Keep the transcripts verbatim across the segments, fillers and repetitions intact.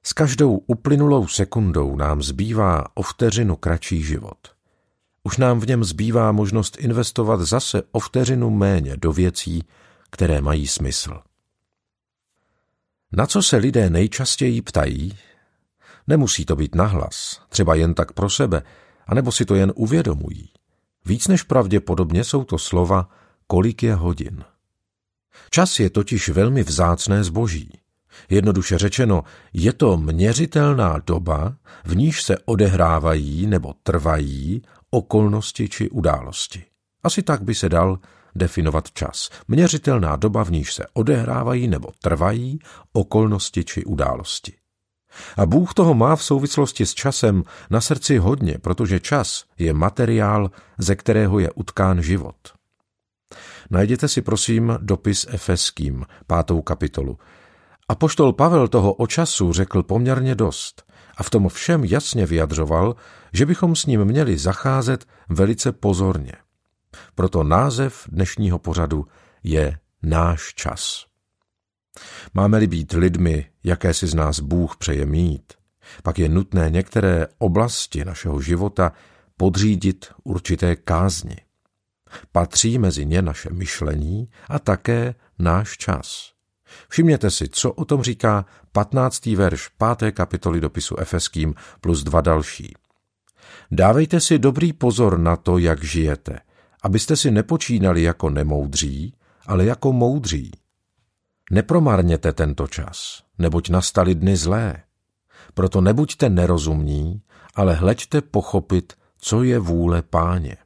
S každou uplynulou sekundou nám zbývá o vteřinu kratší život. Už nám v něm zbývá možnost investovat zase o vteřinu méně do věcí, které mají smysl. Na co se lidé nejčastěji ptají? Nemusí to být nahlas, třeba jen tak pro sebe, anebo si to jen uvědomují. Víc než pravděpodobně jsou to slova, kolik je hodin. Čas je totiž velmi vzácné zboží. Jednoduše řečeno, je to měřitelná doba, v níž se odehrávají nebo trvají okolnosti či události. Asi tak by se dal definovat čas. Měřitelná doba, v níž se odehrávají nebo trvají okolnosti či události. A Bůh toho má v souvislosti s časem na srdci hodně, protože čas je materiál, ze kterého je utkán život. Najděte si prosím dopis Efeským, pátou kapitolu. Apoštol Pavel toho o času řekl poměrně dost a v tom všem jasně vyjadřoval, že bychom s ním měli zacházet velice pozorně. Proto název dnešního pořadu je Náš čas. Máme-li být lidmi, jaké si z nás Bůh přeje mít, pak je nutné některé oblasti našeho života podřídit určité kázni. Patří mezi ně naše myšlení a také náš čas. Všimněte si, co o tom říká patnáctý verš páté kapitoly dopisu Efeským plus dva další. Dávejte si dobrý pozor na to, jak žijete, abyste si nepočínali jako nemoudří, ale jako moudří. Nepromarněte tento čas, neboť nastaly dny zlé. Proto nebuďte nerozumní, ale hleďte pochopit, co je vůle Páně.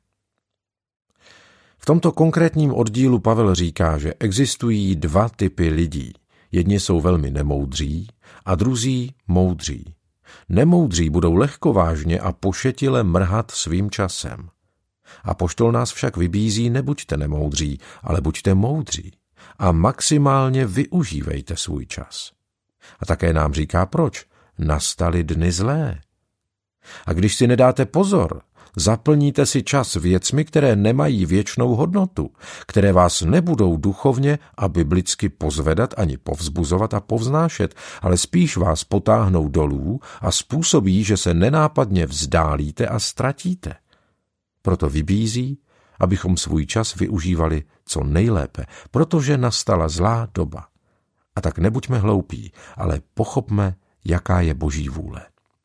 V tomto konkrétním oddílu Pavel říká, že existují dva typy lidí. Jedni jsou velmi nemoudří a druzí moudří. Nemoudří budou lehkovážně a pošetile mrhat svým časem. Apoštol nás však vybízí, nebuďte nemoudří, ale buďte moudří a maximálně využívejte svůj čas. A také nám říká proč. Nastaly dny zlé. A když si nedáte pozor, zaplníte si čas věcmi, které nemají věčnou hodnotu, které vás nebudou duchovně a biblicky pozvedat ani povzbuzovat a povznášet, ale spíš vás potáhnou dolů a způsobí, že se nenápadně vzdálíte a ztratíte. Proto vybízí, abychom svůj čas využívali co nejlépe, protože nastala zlá doba. A tak nebuďme hloupí, ale pochopme, jaká je Boží vůle.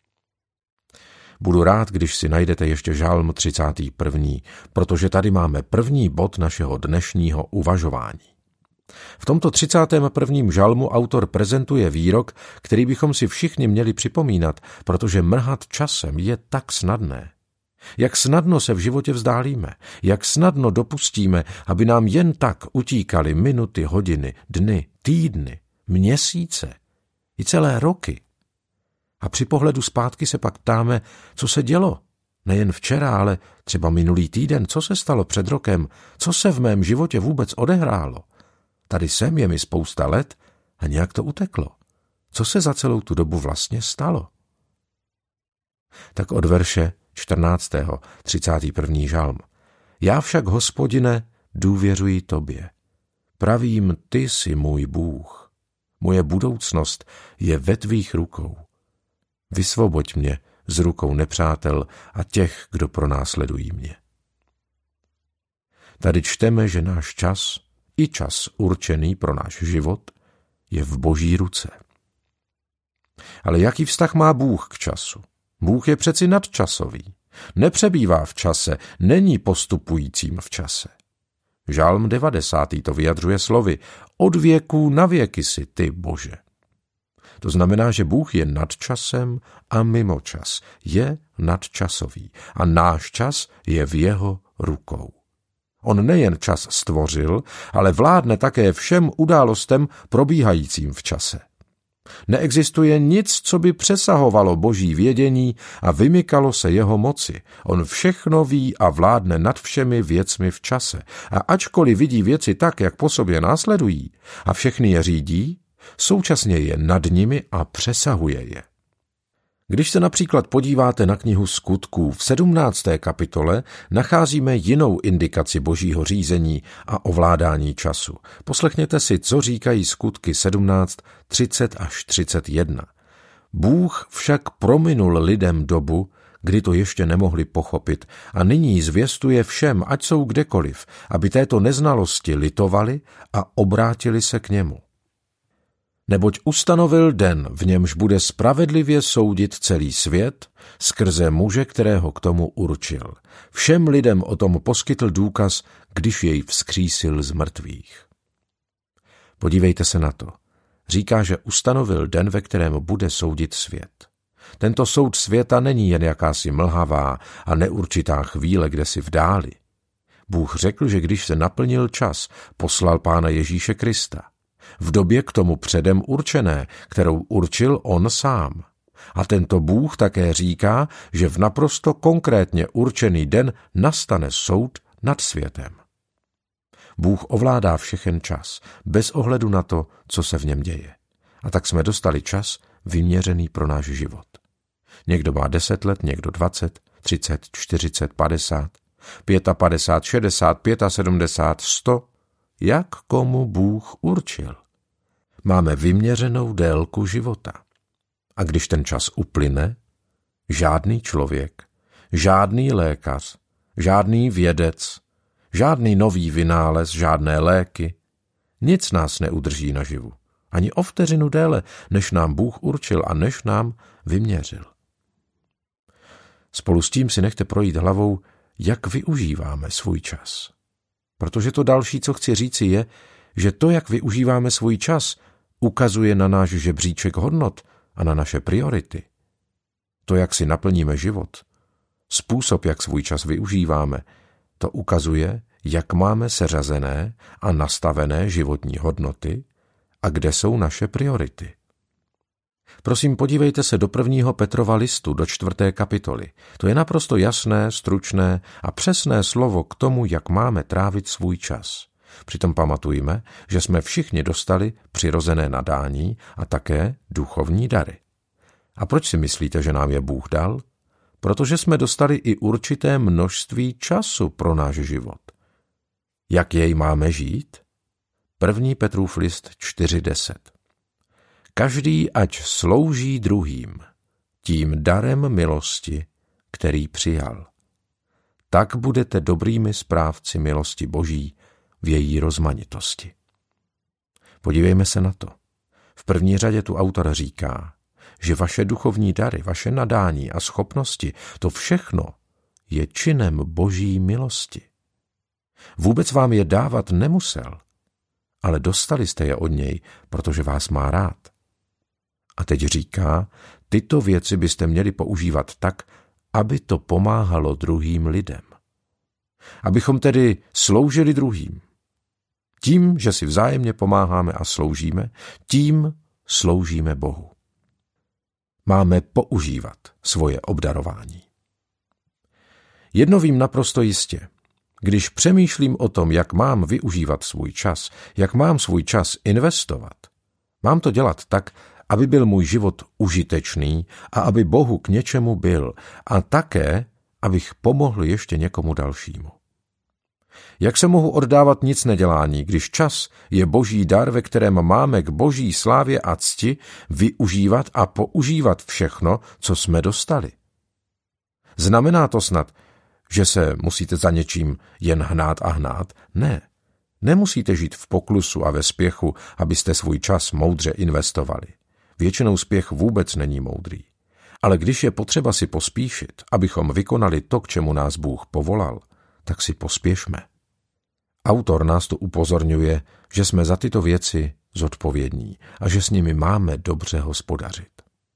Budu rád, když si najdete ještě žalm třicátý první, protože tady máme první bod našeho dnešního uvažování. V tomto třicátém prvním žalmu autor prezentuje výrok, který bychom si všichni měli připomínat, protože mrhat časem je tak snadné. Jak snadno se v životě vzdálíme, jak snadno dopustíme, aby nám jen tak utíkaly minuty, hodiny, dny, týdny, měsíce i celé roky. A při pohledu zpátky se pak ptáme, co se dělo. Nejen včera, ale třeba minulý týden, co se stalo před rokem, co se v mém životě vůbec odehrálo. Tady sem je mi spousta let a nějak to uteklo. Co se za celou tu dobu vlastně stalo? Tak od verše čtrnáctého třicátý první žalm. Já však, Hospodine, důvěřuji tobě. Pravím, ty jsi můj Bůh. Moje budoucnost je ve tvých rukou. Vysvoboď mě z rukou nepřátel a těch, kdo pronásledují mě. Tady čteme, že náš čas, i čas určený pro náš život, je v Boží ruce. Ale jaký vztah má Bůh k času? Bůh je přeci nadčasový. Nepřebývá v čase, není postupujícím v čase. Žalm devadesátý to vyjadřuje slovy od věků na věky si ty, Bože. To znamená, že Bůh je nad časem a mimo čas. Je nadčasový a náš čas je v jeho rukou. On nejen čas stvořil, ale vládne také všem událostem probíhajícím v čase. Neexistuje nic, co by přesahovalo Boží vědění a vymykalo se jeho moci. On všechno ví a vládne nad všemi věcmi v čase. A ačkoliv vidí věci tak, jak po sobě následují, a všechny je řídí, současně je nad nimi a přesahuje je. Když se například podíváte na knihu Skutků, v sedmnácté kapitole nacházíme jinou indikaci Božího řízení a ovládání času. Poslechněte si, co říkají Skutky sedmnáct, třicet až třicet jedna. Bůh však prominul lidem dobu, kdy to ještě nemohli pochopit, a nyní zvěstuje všem, ať jsou kdekoliv, aby této neznalosti litovali a obrátili se k němu. Neboť ustanovil den, v němž bude spravedlivě soudit celý svět, skrze muže, kterého k tomu určil. Všem lidem o tom poskytl důkaz, když jej vzkřísil z mrtvých. Podívejte se na to. Říká, že ustanovil den, ve kterém bude soudit svět. Tento soud světa není jen jakási mlhavá a neurčitá chvíle, kde si v dáli. Bůh řekl, že když se naplnil čas, poslal Pána Ježíše Krista. V době k tomu předem určené, kterou určil on sám. A tento Bůh také říká, že v naprosto konkrétně určený den nastane soud nad světem. Bůh ovládá všechen čas, bez ohledu na to, co se v něm děje. A tak jsme dostali čas vyměřený pro náš život. Někdo má deset let, někdo dvacet, třicet, čtyřicet, padesát, padesát pět, šedesát, sedmdesát pět, sto, jak komu Bůh určil. Máme vyměřenou délku života. A když ten čas uplyne, žádný člověk, žádný lékař, žádný vědec, žádný nový vynález, žádné léky, nic nás neudrží naživu. Ani o vteřinu déle, než nám Bůh určil a než nám vyměřil. Spolu s tím si nechte projít hlavou, jak využíváme svůj čas. Protože to další, co chci říci, je, že to, jak využíváme svůj čas, ukazuje na náš žebříček hodnot a na naše priority. To, jak si naplníme život, způsob, jak svůj čas využíváme, to ukazuje, jak máme seřazené a nastavené životní hodnoty a kde jsou naše priority. Prosím, podívejte se do prvního Petrova listu, do čtvrté kapitoly. To je naprosto jasné, stručné a přesné slovo k tomu, jak máme trávit svůj čas. Přitom pamatujme, že jsme všichni dostali přirozené nadání a také duchovní dary. A proč si myslíte, že nám je Bůh dal? Protože jsme dostali i určité množství času pro náš život. Jak jej máme žít? První Petrův list čtyři deset. Každý ať slouží druhým, tím darem milosti, který přijal. Tak budete dobrými správci milosti Boží v její rozmanitosti. Podívejme se na to. V první řadě tu autor říká, že vaše duchovní dary, vaše nadání a schopnosti, to všechno je činem Boží milosti. Vůbec vám je dávat nemusel, ale dostali jste je od něj, protože vás má rád. A teď říká, tyto věci byste měli používat tak, aby to pomáhalo druhým lidem. Abychom tedy sloužili druhým. Tím, že si vzájemně pomáháme a sloužíme, tím sloužíme Bohu. Máme používat svoje obdarování. Jedno vím naprosto jistě. Když přemýšlím o tom, jak mám využívat svůj čas, jak mám svůj čas investovat, mám to dělat tak, aby byl můj život užitečný a aby Bohu k něčemu byl a také, abych pomohl ještě někomu dalšímu. Jak se mohu oddávat nic nedělání, když čas je Boží dar, ve kterém máme k Boží slávě a cti využívat a používat všechno, co jsme dostali? Znamená to snad, že se musíte za něčím jen hnát a hnát? Ne. Nemusíte žít v poklusu a ve spěchu, abyste svůj čas moudře investovali. Většinou spěch vůbec není moudrý. Ale když je potřeba si pospíšit, abychom vykonali to, k čemu nás Bůh povolal, tak si pospěšme. Autor nás tu upozorňuje, že jsme za tyto věci zodpovědní a že s nimi máme dobře hospodařit.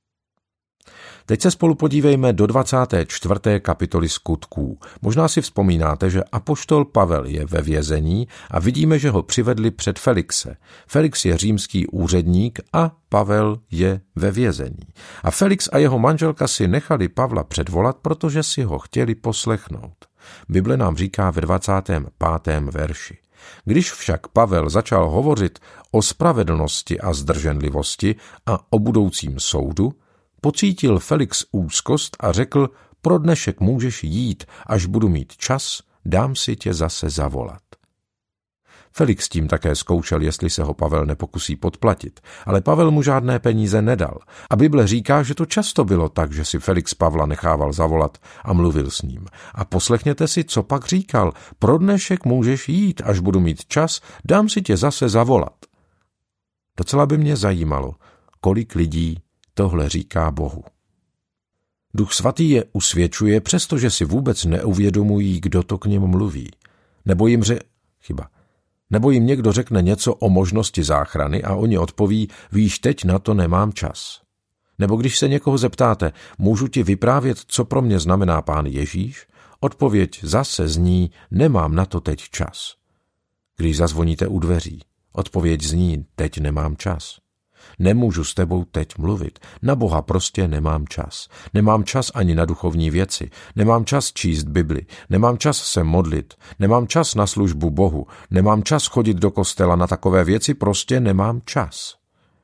Teď se spolu podívejme do dvacáté čtvrté kapitoly Skutků. Možná si vzpomínáte, že apoštol Pavel je ve vězení a vidíme, že ho přivedli před Felixe. Felix je římský úředník a Pavel je ve vězení. A Felix a jeho manželka si nechali Pavla předvolat, protože si ho chtěli poslechnout. Bible nám říká ve dvacátém pátém verši. Když však Pavel začal hovořit o spravedlnosti a zdrženlivosti a o budoucím soudu, pocítil Felix úzkost a řekl, pro dnešek můžeš jít, až budu mít čas, dám si tě zase zavolat. Felix tím také zkoušel, jestli se ho Pavel nepokusí podplatit, ale Pavel mu žádné peníze nedal. A Bible říká, že to často bylo tak, že si Felix Pavla nechával zavolat a mluvil s ním. A poslechněte si, co pak říkal. Pro dnešek můžeš jít, až budu mít čas, dám si tě zase zavolat. Docela by mě zajímalo, kolik lidí tohle říká Bohu. Duch svatý je usvědčuje, přestože si vůbec neuvědomují, kdo to k nim mluví. Nebo jim, ře... Chyba. Nebo jim někdo řekne něco o možnosti záchrany a oni odpoví, víš, teď na to nemám čas. Nebo když se někoho zeptáte, můžu ti vyprávět, co pro mě znamená Pán Ježíš? Odpověď zase zní, nemám na to teď čas. Když zazvoníte u dveří, odpověď zní, teď nemám čas. Nemůžu s tebou teď mluvit. Na Boha prostě nemám čas. Nemám čas ani na duchovní věci. Nemám čas číst Bibli. Nemám čas se modlit. Nemám čas na službu Bohu. Nemám čas chodit do kostela na takové věci. Prostě nemám čas.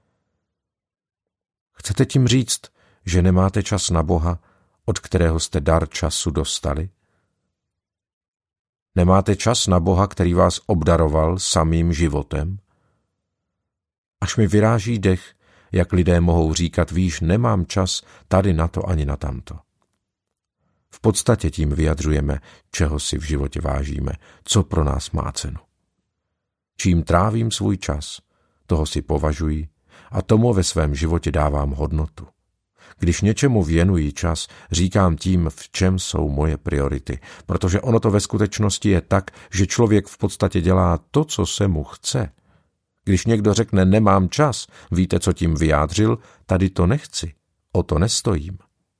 Chcete tím říct, že nemáte čas na Boha, od kterého jste dar času dostali? Nemáte čas na Boha, který vás obdaroval samým životem? Až mi vyráží dech, jak lidé mohou říkat, víš, nemám čas tady na to ani na tamto. V podstatě tím vyjadřujeme, čeho si v životě vážíme, co pro nás má cenu. Čím trávím svůj čas, toho si považuji a tomu ve svém životě dávám hodnotu. Když něčemu věnuji čas, říkám tím, v čem jsou moje priority, protože ono to ve skutečnosti je tak, že člověk v podstatě dělá to, co se mu chce. Když někdo řekne nemám čas, víte, co tím vyjádřil? Tady to nechci, o to nestojím.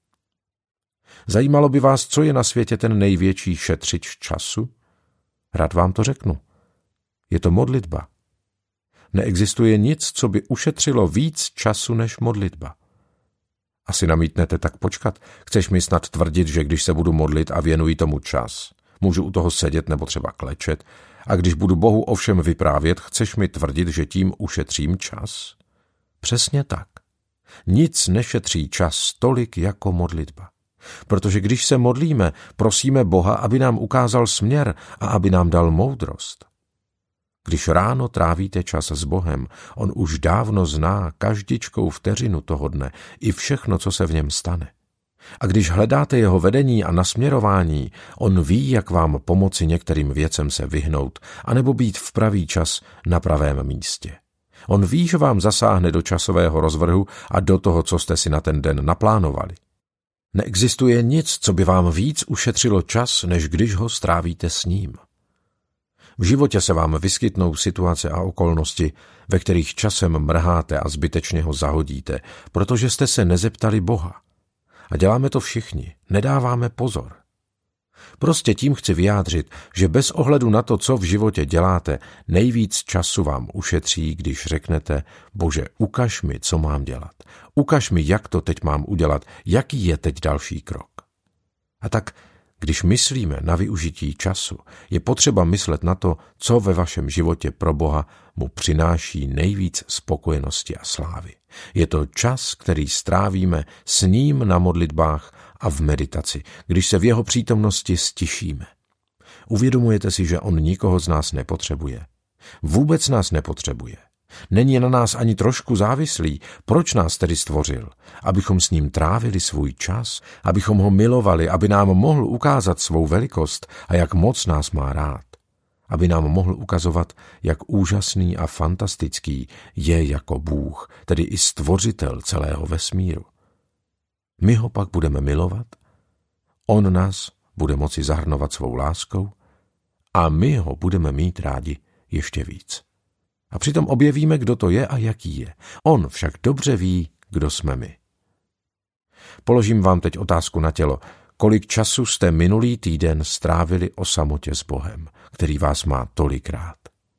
Zajímalo by vás, co je na světě ten největší šetřič času? Rád vám to řeknu. Je to modlitba. Neexistuje nic, co by ušetřilo víc času než modlitba. Asi namítnete, tak počkat. Chceš mi snad tvrdit, že když se budu modlit a věnuji tomu čas, můžu u toho sedět nebo třeba klečet, a když budu Bohu ovšem vyprávět, chceš mi tvrdit, že tím ušetřím čas? Přesně tak. Nic nešetří čas tolik jako modlitba. Protože když se modlíme, prosíme Boha, aby nám ukázal směr a aby nám dal moudrost. Když ráno trávíte čas s Bohem, on už dávno zná každičkou vteřinu toho dne i všechno, co se v něm stane. A když hledáte jeho vedení a nasměrování, on ví, jak vám pomoci některým věcem se vyhnout, anebo být v pravý čas na pravém místě. On ví, že vám zasáhne do časového rozvrhu a do toho, co jste si na ten den naplánovali. Neexistuje nic, co by vám víc ušetřilo čas, než když ho strávíte s ním. V životě se vám vyskytnou situace a okolnosti, ve kterých časem mrháte a zbytečně ho zahodíte, protože jste se nezeptali Boha. A děláme to všichni, nedáváme pozor. Prostě tím chci vyjádřit, že bez ohledu na to, co v životě děláte, nejvíc času vám ušetří, když řeknete, Bože, ukaž mi, co mám dělat. Ukaž mi, jak to teď mám udělat, jaký je teď další krok. A tak, když myslíme na využití času, je potřeba myslet na to, co ve vašem životě pro Boha mu přináší nejvíc spokojenosti a slávy. Je to čas, který strávíme s ním na modlitbách a v meditaci, když se v jeho přítomnosti stišíme. Uvědomujete si, že on nikoho z nás nepotřebuje. Vůbec nás nepotřebuje. Není na nás ani trošku závislý. Proč nás tedy stvořil? Abychom s ním trávili svůj čas, abychom ho milovali, aby nám mohl ukázat svou velikost a jak moc nás má rád. Aby nám mohl ukazovat, jak úžasný a fantastický je jako Bůh, tedy i stvořitel celého vesmíru. My ho pak budeme milovat, on nás bude moci zahrnovat svou láskou a my ho budeme mít rádi ještě víc. A přitom objevíme, kdo to je a jaký je. On však dobře ví, kdo jsme my. Položím vám teď otázku na tělo. Kolik času jste minulý týden strávili o samotě s Bohem, který vás má tolik rád?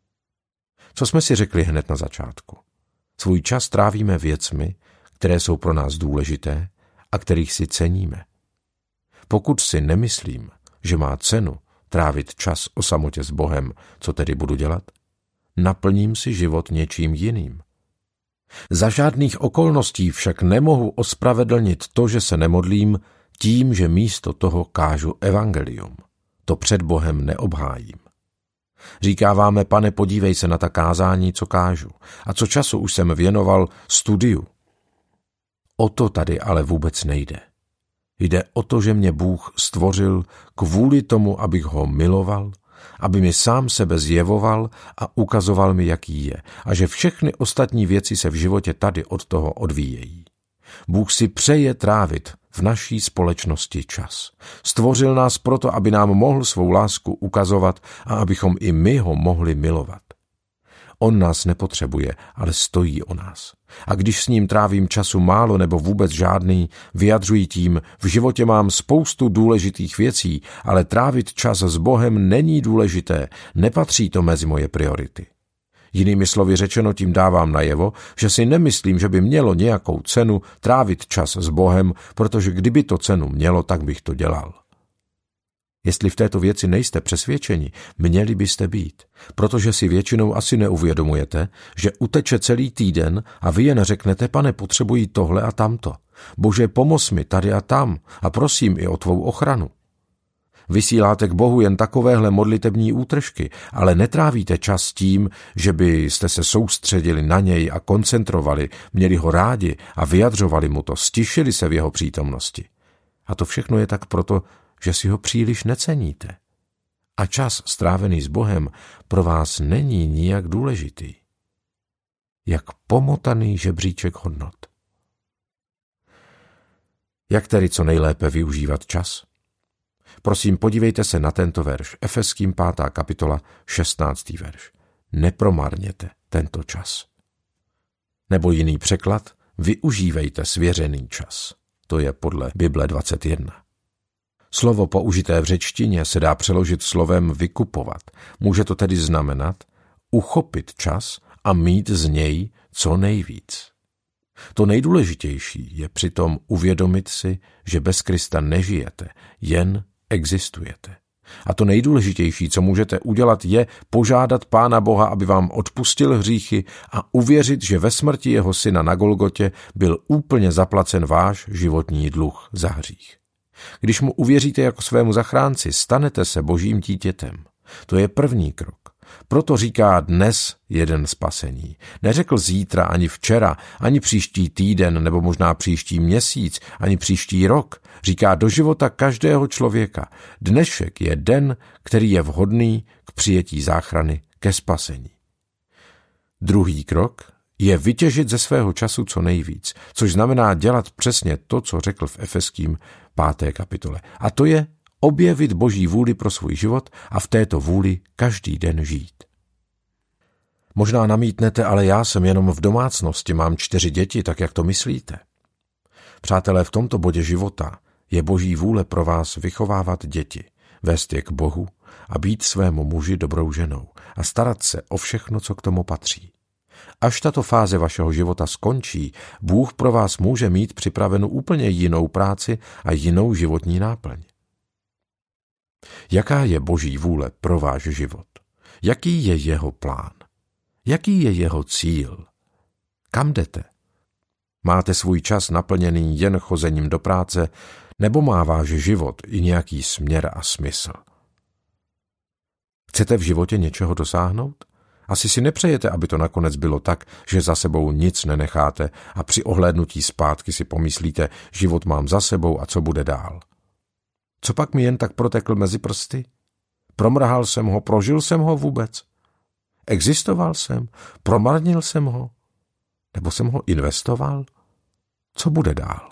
Co jsme si řekli hned na začátku? Svůj čas trávíme věcmi, které jsou pro nás důležité a kterých si ceníme. Pokud si nemyslím, že má cenu trávit čas o samotě s Bohem, co tedy budu dělat? Naplním si život něčím jiným. Za žádných okolností však nemohu ospravedlnit to, že se nemodlím, tím, že místo toho kážu evangelium. To před Bohem neobhájím. Říkáváme, Pane, podívej se na ta kázání, co kážu, a co času už jsem věnoval studiu. O to tady ale vůbec nejde. Jde o to, že mě Bůh stvořil kvůli tomu, abych ho miloval, aby mi sám sebe zjevoval a ukazoval mi, jaký je, a že všechny ostatní věci se v životě tady od toho odvíjejí. Bůh si přeje trávit v naší společnosti čas. Stvořil nás proto, aby nám mohl svou lásku ukazovat a abychom i my ho mohli milovat. On nás nepotřebuje, ale stojí o nás. A když s ním trávím času málo nebo vůbec žádný, vyjadřuji tím, v životě mám spoustu důležitých věcí, ale trávit čas s Bohem není důležité, nepatří to mezi moje priority. Jinými slovy řečeno, tím dávám najevo, že si nemyslím, že by mělo nějakou cenu trávit čas s Bohem, protože kdyby to cenu mělo, tak bych to dělal. Jestli v této věci nejste přesvědčeni, měli byste být, protože si většinou asi neuvědomujete, že uteče celý týden a vy jen řeknete, Pane, potřebuji tohle a tamto. Bože, pomoz mi tady a tam a prosím i o tvou ochranu. Vysíláte k Bohu jen takovéhle modlitební útržky, ale netrávíte čas tím, že byste se soustředili na něj a koncentrovali, měli ho rádi a vyjadřovali mu to, stišili se v jeho přítomnosti. A to všechno je tak proto, že si ho příliš neceníte. A čas strávený s Bohem pro vás není nijak důležitý. Jak pomotaný žebříček hodnot. Jak tedy co nejlépe využívat čas? Prosím, podívejte se na tento verš, Efeským pátá kapitola, šestnáctý verš. Nepromarněte tento čas. Nebo jiný překlad, využívejte svěřený čas. To je podle Bible dvacet jedna. Slovo použité v řečtině se dá přeložit slovem vykupovat. Může to tedy znamenat uchopit čas a mít z něj co nejvíc. To nejdůležitější je přitom uvědomit si, že bez Krista nežijete, jen existujete. A to nejdůležitější, co můžete udělat, je požádat Pána Boha, aby vám odpustil hříchy a uvěřit, že ve smrti jeho syna na Golgotě byl úplně zaplacen váš životní dluh za hřích. Když mu uvěříte jako svému zachránci, stanete se Božím dítětem. To je první krok. Proto říká dnes jeden spasení. Neřekl zítra, ani včera, ani příští týden, nebo možná příští měsíc, ani příští rok. Říká do života každého člověka. Dnešek je den, který je vhodný k přijetí záchrany, ke spasení. Druhý krok je vytěžit ze svého času co nejvíc, což znamená dělat přesně to, co řekl v Efeským páté kapitole. A to je objevit Boží vůli pro svůj život a v této vůli každý den žít. Možná namítnete, ale já jsem jenom v domácnosti, mám čtyři děti, tak jak to myslíte? Přátelé, v tomto bodě života je Boží vůle pro vás vychovávat děti, vést je k Bohu a být svému muži dobrou ženou a starat se o všechno, co k tomu patří. Až tato fáze vašeho života skončí, Bůh pro vás může mít připravenou úplně jinou práci a jinou životní náplň. Jaká je Boží vůle pro váš život? Jaký je jeho plán? Jaký je jeho cíl? Kam jdete? Máte svůj čas naplněný jen chozením do práce, nebo má váš život i nějaký směr a smysl? Chcete v životě něčeho dosáhnout? Asi si nepřejete, aby to nakonec bylo tak, že za sebou nic nenecháte a při ohlédnutí zpátky si pomyslíte, život mám za sebou a co bude dál. Co pak mi jen tak protekl mezi prsty? Promrhal jsem ho, prožil jsem ho vůbec? Existoval jsem? Promarnil jsem ho? Nebo jsem ho investoval? Co bude dál?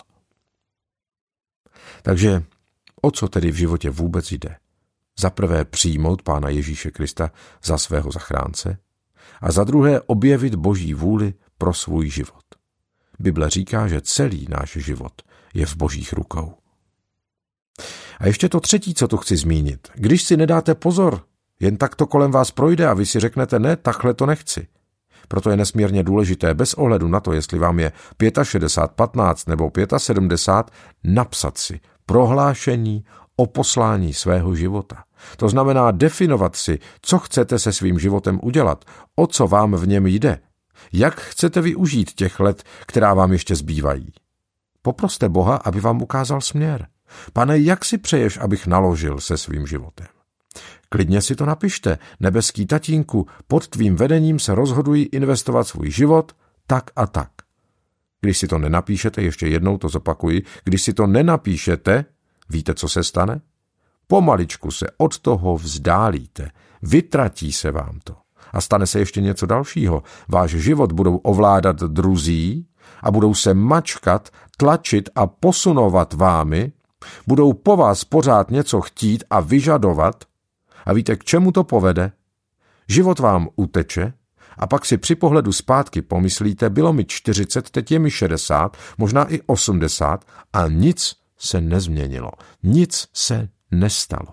Takže o co tedy v životě vůbec jde? Za prvé přijmout Pána Ježíše Krista za svého zachránce a za druhé objevit Boží vůli pro svůj život. Bible říká, že celý náš život je v Božích rukou. A ještě to třetí, co tu chci zmínit. Když si nedáte pozor, jen tak to kolem vás projde a vy si řeknete, ne, takhle to nechci. Proto je nesmírně důležité, bez ohledu na to, jestli vám je šedesát pět, patnáct nebo sedmdesát pět, napsat si prohlášení o poslání svého života. To znamená definovat si, co chcete se svým životem udělat, o co vám v něm jde, jak chcete využít těch let, která vám ještě zbývají. Poproste Boha, aby vám ukázal směr. Pane, jak si přeješ, abych naložil se svým životem? Klidně si to napište. Nebeský tatínku, pod tvým vedením se rozhoduji investovat svůj život tak a tak. Když si to nenapíšete, ještě jednou to zopakuji, když si to nenapíšete, víte, co se stane? Pomaličku se od toho vzdálíte, vytratí se vám to. A stane se ještě něco dalšího. Váš život budou ovládat druzí a budou se mačkat, tlačit a posunovat vámi, budou po vás pořád něco chtít a vyžadovat. A víte, k čemu to povede? Život vám uteče a pak si při pohledu zpátky pomyslíte, bylo mi čtyřicet, teď je mi šedesát, možná i osmdesát a nic se nezměnilo, nic se nestalo.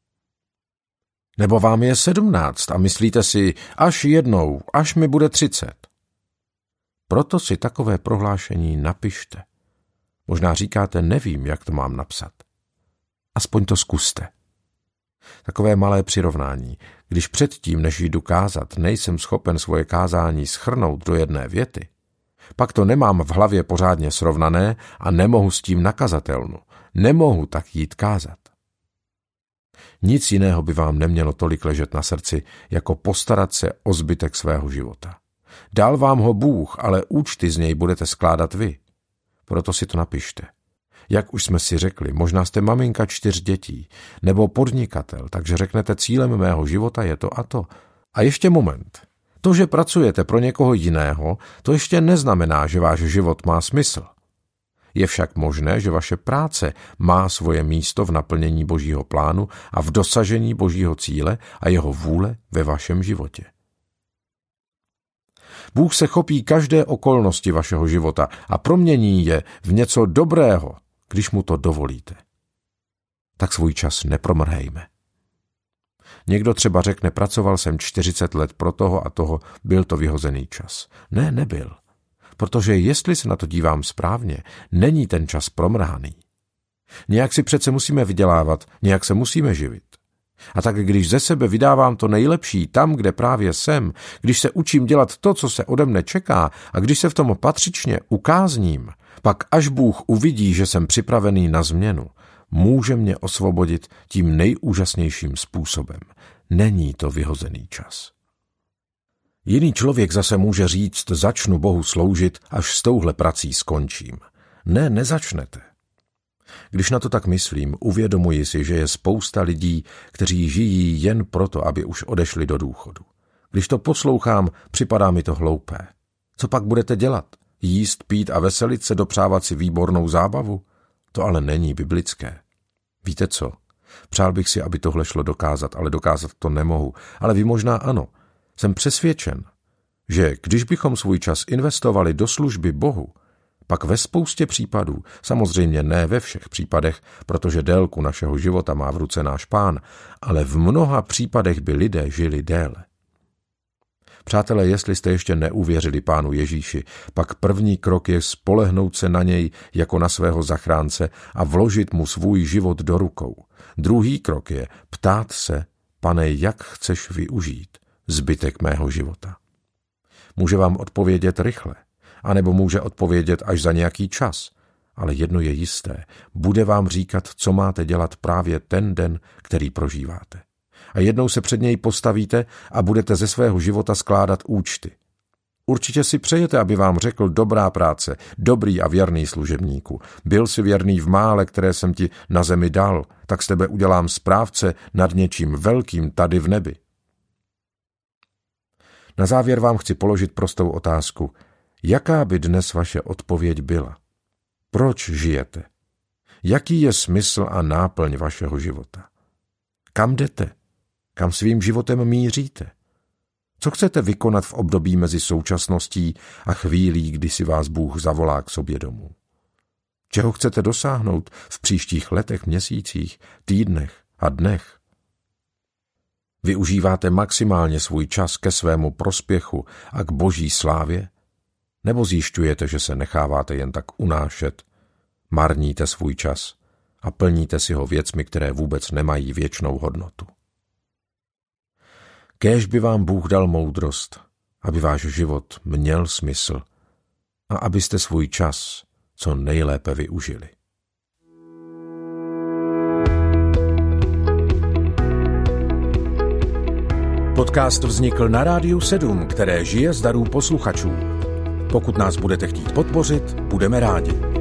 Nebo vám je sedmnáct a myslíte si, až jednou, až mi bude třicet. Proto si takové prohlášení napište. Možná říkáte, nevím, jak to mám napsat. Aspoň to zkuste. Takové malé přirovnání. Když předtím, než jdu kázat, nejsem schopen svoje kázání shrnout do jedné věty, pak to nemám v hlavě pořádně srovnané a nemohu s tím na kazatelnu. Nemohu tak jít kázat. Nic jiného by vám nemělo tolik ležet na srdci, jako postarat se o zbytek svého života. Dal vám ho Bůh, ale účty z něj budete skládat vy. Proto si to napište. Jak už jsme si řekli, možná jste maminka čtyř dětí, nebo podnikatel, takže řeknete, cílem mého života je to a to. A ještě moment. To, že pracujete pro někoho jiného, to ještě neznamená, že váš život má smysl. Je však možné, že vaše práce má svoje místo v naplnění Božího plánu a v dosažení Božího cíle a jeho vůle ve vašem životě. Bůh se chopí každé okolnosti vašeho života a promění je v něco dobrého, když mu to dovolíte. Tak svůj čas nepromrhejme. Někdo třeba řekne, pracoval jsem čtyřicet let pro toho a toho, byl to vyhozený čas. Ne, nebyl. Protože jestli se na to dívám správně, není ten čas promrhaný. Nějak si přece musíme vydělávat, nějak se musíme živit. A tak když ze sebe vydávám to nejlepší tam, kde právě jsem, když se učím dělat to, co se ode mne čeká a když se v tom patřičně ukázním, pak až Bůh uvidí, že jsem připravený na změnu, může mě osvobodit tím nejúžasnějším způsobem. Není to vyhozený čas. Jiný člověk zase může říct, začnu Bohu sloužit, až s touhle prací skončím. Ne, nezačnete. Když na to tak myslím, uvědomuji si, že je spousta lidí, kteří žijí jen proto, aby už odešli do důchodu. Když to poslouchám, připadá mi to hloupé. Co pak budete dělat? Jíst, pít a veselit se, dopřávat si výbornou zábavu? To ale není biblické. Víte co? Přál bych si, aby tohle šlo dokázat, ale dokázat to nemohu. Ale vy možná ano. Jsem přesvědčen, že když bychom svůj čas investovali do služby Bohu, pak ve spoustě případů, samozřejmě ne ve všech případech, protože délku našeho života má v ruce náš Pán, ale v mnoha případech by lidé žili déle. Přátelé, jestli jste ještě neuvěřili Pánu Ježíši, pak první krok je spolehnout se na něj jako na svého zachránce a vložit mu svůj život do rukou. Druhý krok je ptát se, Pane, jak chceš využít zbytek mého života. Může vám odpovědět rychle, anebo může odpovědět až za nějaký čas, ale jedno je jisté, bude vám říkat, co máte dělat právě ten den, který prožíváte. A jednou se před něj postavíte a budete ze svého života skládat účty. Určitě si přejete, aby vám řekl dobrá práce, dobrý a věrný služebníku. Byl si věrný v mále, které jsem ti na zemi dal, tak z tebe udělám správce nad něčím velkým tady v nebi. Na závěr vám chci položit prostou otázku. Jaká by dnes vaše odpověď byla? Proč žijete? Jaký je smysl a náplň vašeho života? Kam jdete? Kam svým životem míříte? Co chcete vykonat v období mezi současností a chvílí, kdy si vás Bůh zavolá k sobě domů? Čeho chcete dosáhnout v příštích letech, měsících, týdnech a dnech? Využíváte maximálně svůj čas ke svému prospěchu a k Boží slávě? Nebo zjišťujete, že se necháváte jen tak unášet, marníte svůj čas a plníte si ho věcmi, které vůbec nemají věčnou hodnotu? Kéž by vám Bůh dal moudrost, aby váš život měl smysl a abyste svůj čas co nejlépe využili. Podcast vznikl na Rádiu sedm, které žije z darů posluchačů. Pokud nás budete chtít podpořit, budeme rádi.